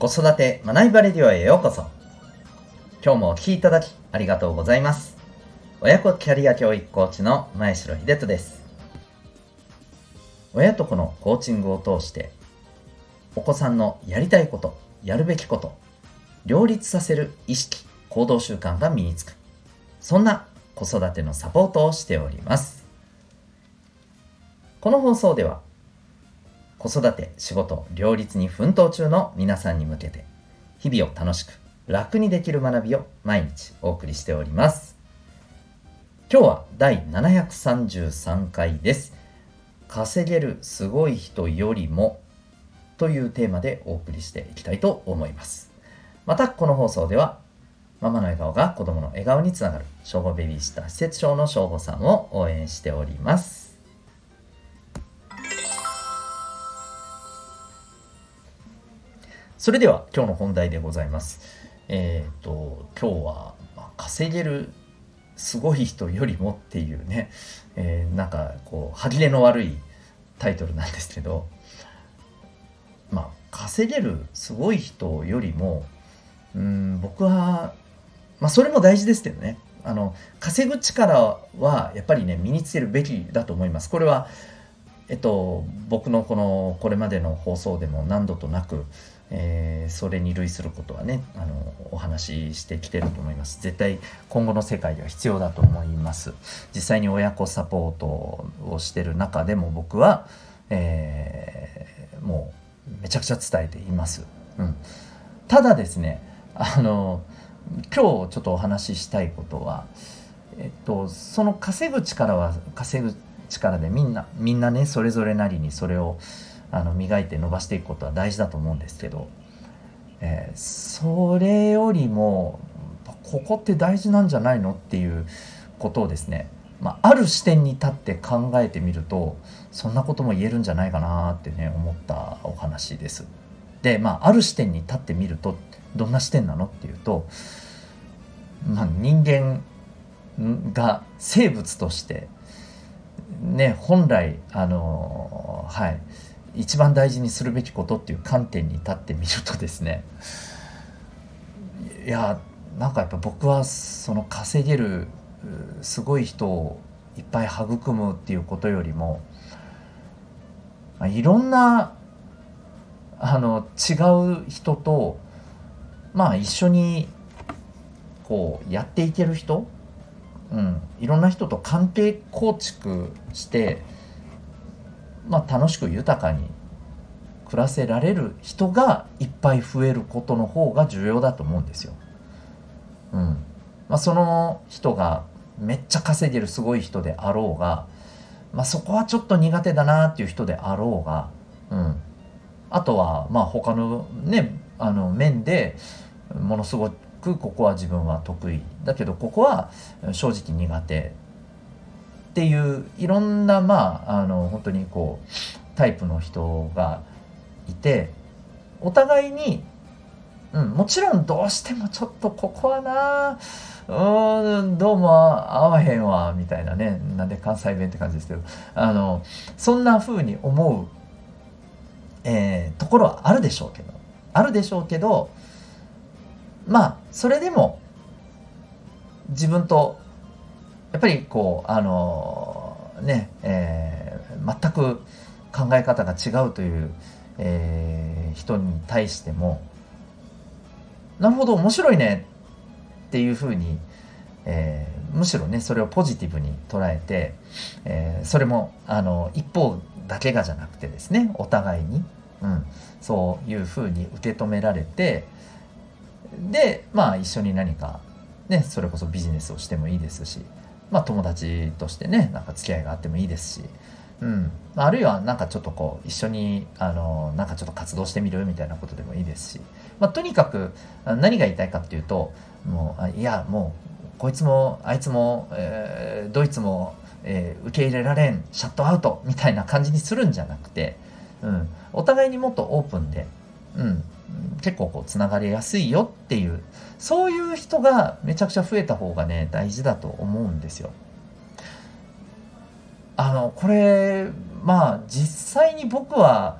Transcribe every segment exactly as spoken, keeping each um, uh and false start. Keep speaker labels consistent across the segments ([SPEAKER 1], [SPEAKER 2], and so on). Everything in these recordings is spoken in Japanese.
[SPEAKER 1] 子育て学びバレディオへようこそ。今日もお聞きいただきありがとうございます。親子キャリア教育コーチの前城秀人です。親と子のコーチングを通してお子さんのやりたいこと、やるべきこと、両立させる意識、行動習慣が身につく、そんな子育てのサポートをしております。この放送では子育て、仕事、両立に奮闘中の皆さんに向けて日々を楽しく楽にできる学びを毎日お送りしております。今日はだいななひゃくさんじゅうさんかいです。稼げるすごい人よりもというテーマでお送りしていきたいと思います。またこの放送ではママの笑顔が子供の笑顔につながる小5ベビーシッター施設長の小5さんを応援しております。それでは今日の本題でございます。えっと今日は、まあ、稼げるすごい人よりもっていうね、えー、なんかこう歯切れの悪いタイトルなんですけど、まあ稼げるすごい人よりもうーん僕はまあそれも大事ですけどね、あの稼ぐ力はやっぱりね身につけるべきだと思います。これはえっと僕のこのこれまでの放送でも何度となくえー、それに類することはね、あのお話ししてきてると思います。絶対今後の世界では必要だと思います。実際に親子サポートをしてる中でも僕は、えー、もうめちゃくちゃ伝えています、うん、ただですね、あの今日ちょっとお話ししたいことは、えっと、その稼ぐ力は稼ぐ力でみんなみんなねそれぞれなりにそれをあの磨いて伸ばしていくことは大事だと思うんですけど、えー、それよりもここって大事なんじゃないのっていうことをですね、まあ、ある視点に立って考えてみるとそんなことも言えるんじゃないかなってね思ったお話です。で、まあ、ある視点に立ってみるとどんな視点なのっていうと、まあ、人間が生物としてね本来あのはい一番大事にするべきことっていう観点に立ってみるとですね、いやなんかやっぱ僕はその稼げるすごい人をいっぱい育むっていうことよりもいろんなあの違う人とまあ一緒にこうやっていける人、うん、いろんな人と関係構築してまあ、楽しく豊かに暮らせられる人がいっぱい増えることの方が重要だと思うんですよ。うんまあ、その人がめっちゃ稼いでるすごい人であろうが、まあ、そこはちょっと苦手だなっていう人であろうが、うん、あとはまあ他のねあの面でものすごくここは自分は得意だけどここは正直苦手っていういろんなまああの本当にこうタイプの人がいてお互いに、うん、もちろんどうしてもちょっとここはなうーんどうも合わへんわみたいなね、なんで関西弁って感じですけど、あのそんな風に思う、えー、ところはあるでしょうけどあるでしょうけどまあそれでも自分とやっぱりこうあのー、ね、えー、全く考え方が違うという、えー、人に対してもなるほど面白いねっていうふうに、えー、むしろねそれをポジティブに捉えて、えー、それもあの一方だけがじゃなくてですねお互いに、うん、そういうふうに受け止められてでまあ一緒に何かねそれこそビジネスをしてもいいですし、まあ、友達としてねなんか付き合いがあってもいいですし、うん、あるいはなんかちょっとこう一緒にあのなんかちょっと活動してみるみたいなことでもいいですし、まあ、とにかく何が言いたいかっていうともういやもうこいつもあいつも、えー、どいつも、えー、受け入れられんシャットアウトみたいな感じにするんじゃなくて、うん、お互いにもっとオープンで、うん、結構こうつながりやすいよっていうそういう人がめちゃくちゃ増えた方がね大事だと思うんですよ。あのこれまあ実際に僕は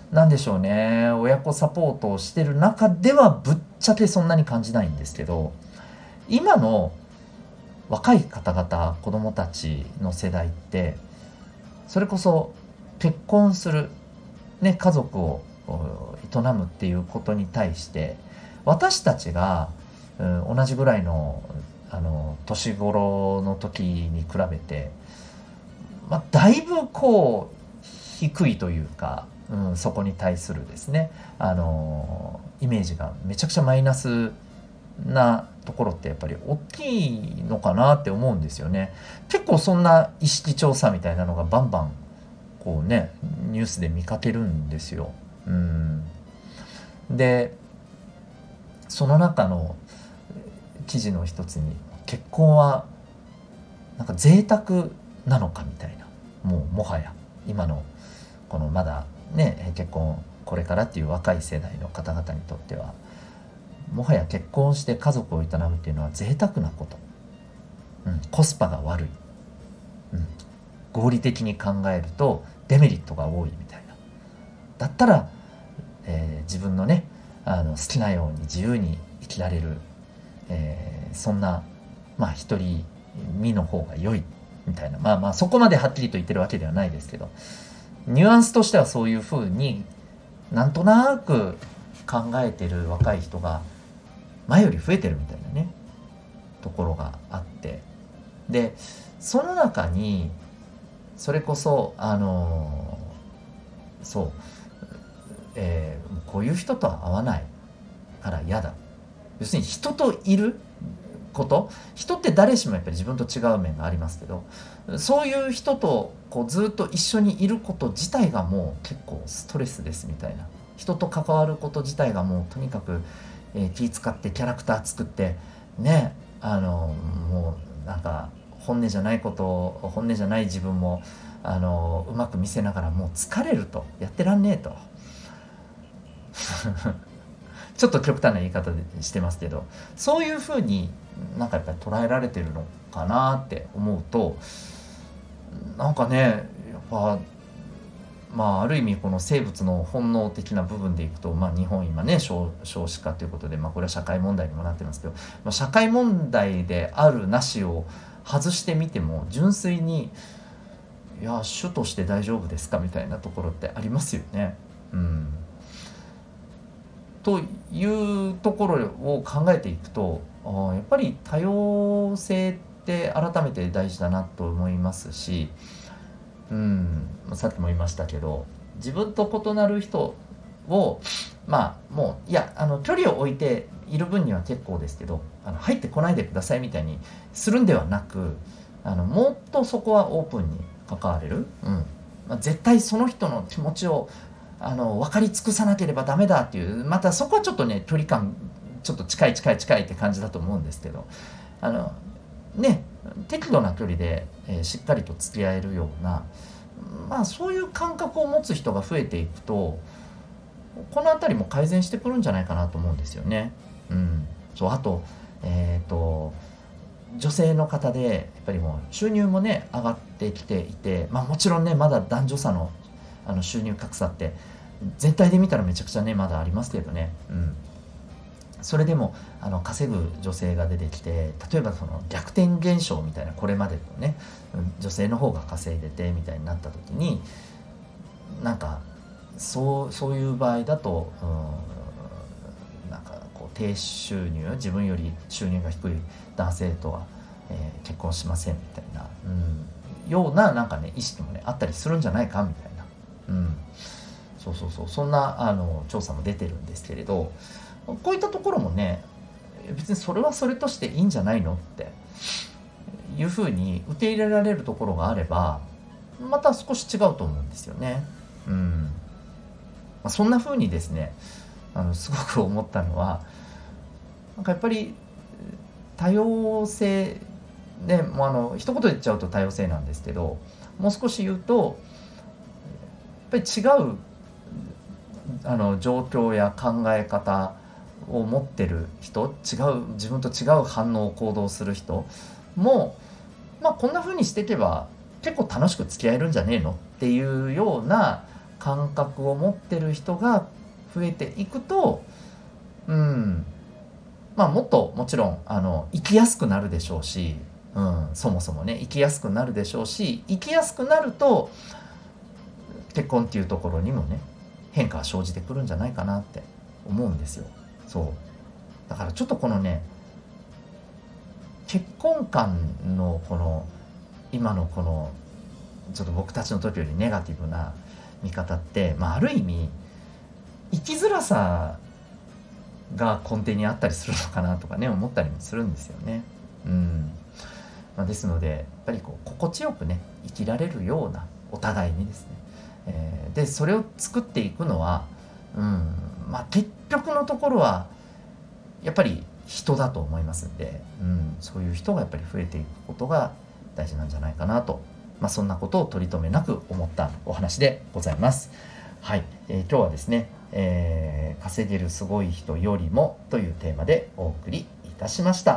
[SPEAKER 1] なんでしょうね、親子サポートをしてる中ではぶっちゃけそんなに感じないんですけど、今の若い方々、子供たちの世代ってそれこそ結婚する、ね、家族を営むっていうことに対して私たちが、うん、同じぐらいのあの年頃の時に比べて、まあ、だいぶこう低いというか、うん、そこに対するですね、あのイメージがめちゃくちゃマイナスなところってやっぱり大きいのかなって思うんですよね。結構そんな意識調査みたいなのがバンバンこうねニュースで見かけるんですよ。うん、でその中の記事の一つに、結婚はなんか贅沢なのかみたいな、もうもはや今のこのまだね結婚これからっていう若い世代の方々にとっては、もはや結婚して家族を営むっていうのは贅沢なこと、うん、コスパが悪い、うん、合理的に考えるとデメリットが多いみたいな。だったら、えー、自分のねあの好きなように自由に生きられる、えー、そんなまあ一人身の方が良いみたいな、まあまあそこまではっきりと言ってるわけではないですけど、ニュアンスとしてはそういうふうになんとなく考えてる若い人が前より増えてるみたいなねところがあって、でその中にそれこそあのそう、えー、こういう人とは会わないから嫌だ、要するに人といること、人って誰しもやっぱり自分と違う面がありますけど、そういう人とこうずっと一緒にいること自体がもう結構ストレスですみたいな、人と関わること自体がもうとにかく、えー、気使ってキャラクター作ってね、あのもうなんか本音じゃないことを本音じゃない自分もあのうまく見せながらもう疲れると、やってらんねえとちょっと極端な言い方でしてますけど、そういうふうになんかやっぱり捉えられてるのかなって思うと、なんかねやっぱまあある意味この生物の本能的な部分でいくと、まあ日本今ね 少, 少子化ということで、まあこれは社会問題にもなってますけど、まあ、社会問題であるなしを外してみても純粋にいや主として大丈夫ですかみたいなところってありますよね。うん、というところを考えていくと、あやっぱり多様性って改めて大事だなと思いますし、うん、さっきも言いましたけど自分と異なる人をまあもういやあの距離を置いている分には結構ですけど、あの入ってこないでくださいみたいにするんではなく、あのもっとそこはオープンに関われる、うんまあ、絶対その人の気持ちをあの分かり尽くさなければダメだっていう、またそこはちょっとね距離感ちょっと近い近い近いって感じだと思うんですけど、あのね適度な距離で、えー、しっかりと付き合えるような、まあそういう感覚を持つ人が増えていくとこの辺りも改善してくるんじゃないかなと思うんですよね。うん、そうあとえっ、ー、と女性の方でやっぱりもう収入もね上がってきていて、まあもちろんねまだ男女差のあの収入格差って全体で見たらめちゃくちゃねまだありますけどね、うん、それでもあの稼ぐ女性が出てきて、例えばその逆転現象みたいな、これまでのね女性の方が稼いでてみたいになった時になんかそうそういう場合だと、うん、なんかこう低収入自分より収入が低い男性とは、えー、結婚しませんみたいな、うん、ようななんかね意識もねあったりするんじゃないかみたいな。うん、そうそうそうそんなあの調査も出てるんですけれど、こういったところもね別にそれはそれとしていいんじゃないのっていうふうに受け入れられるところがあればまた少し違うと思うんですよね。うんまあ、そんなふうにですねあのすごく思ったのは、なんかやっぱり多様性でもうあの一言で言っちゃうと多様性なんですけど、もう少し言うとやっぱり違うあの状況や考え方を持ってる人、違う自分と違う反応行動する人も、まあ、こんな風にしていけば結構楽しく付き合えるんじゃねえのっていうような感覚を持ってる人が増えていくと、うんまあもっともちろんあの生きやすくなるでしょうし、うん、そもそもね生きやすくなるでしょうし、生きやすくなると結婚っていうところにもね変化が生じてくるんじゃないかなって思うんですよ。そうだからちょっとこのね結婚観のこの今のこのちょっと僕たちの時よりネガティブな見方って、まあ、ある意味生きづらさが根底にあったりするのかなとかね思ったりもするんですよね。うんまあ、ですのでやっぱりこう心地よくね生きられるようなお互いにですね、えー、でそれを作っていくのは、うんまあ、結局のところはやっぱり人だと思いますんで、うん、そういう人がやっぱり増えていくことが大事なんじゃないかなと、まあ、そんなことを取り留めなく思ったお話でございます。はい、えー、今日はですね、えー、稼げるすごい人よりもというテーマでお送りいたしました。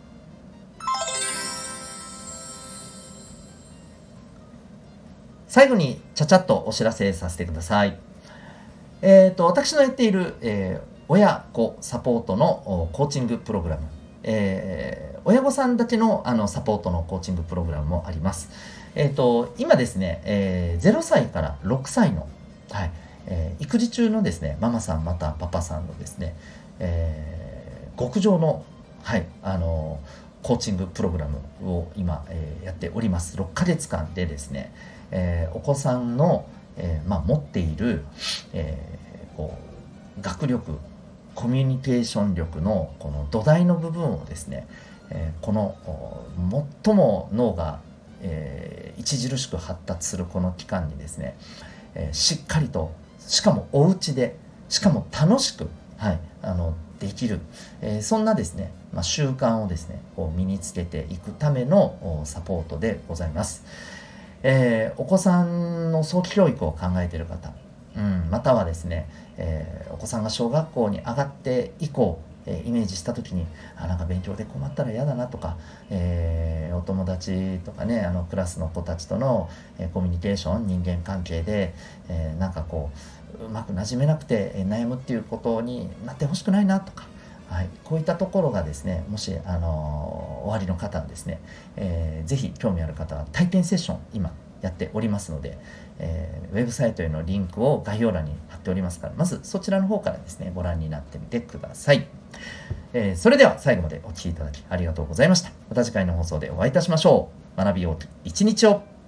[SPEAKER 1] 最後にちゃちゃっとお知らせさせてください。えーと、私のやっている、えー、親子サポートのコーチングプログラム、えー、親御さんだけの、あのサポートのコーチングプログラムもあります。えーと、今ですね、えー、ゼロさいからろくさいの、はいえー、育児中のですね、ママさんまたパパさんのですね、えー、極上の、はい、あのコーチングプログラムを今、えー、やっております。ろっかげつかんでですね、えー、お子さんの、えーまあ、持っている、えー、こう学力、コミュニケーション力のこの土台の部分をですね、えー、この最も脳が、えー、著しく発達するこの期間にですね、えー、しっかりとしかもお家でしかも楽しく、はい、あのできる、えー、そんなですね、まあ、習慣をですねこう身につけていくためのサポートでございます。えー、お子さんの早期教育を考えている方、うん、またはですね、えー、お子さんが小学校に上がって以降、えー、イメージした時にあなんか勉強で困ったら嫌だなとか、えー、お友達とかねあのクラスの子たちとの、えー、コミュニケーション人間関係で、えー、なんかこううまくなじめなくて、えー、悩むっていうことになってほしくないなとか、はい、こういったところがですねもし、あのー、おありの方はですね、えー、ぜひ興味ある方は体験セッション今やっておりますので、えー、ウェブサイトへのリンクを概要欄に貼っておりますからまずそちらの方からですねご覧になってみてください。えー、それでは最後までお聞きいただきありがとうございました。また次回の放送でお会いいたしましょう。学びよう一日を。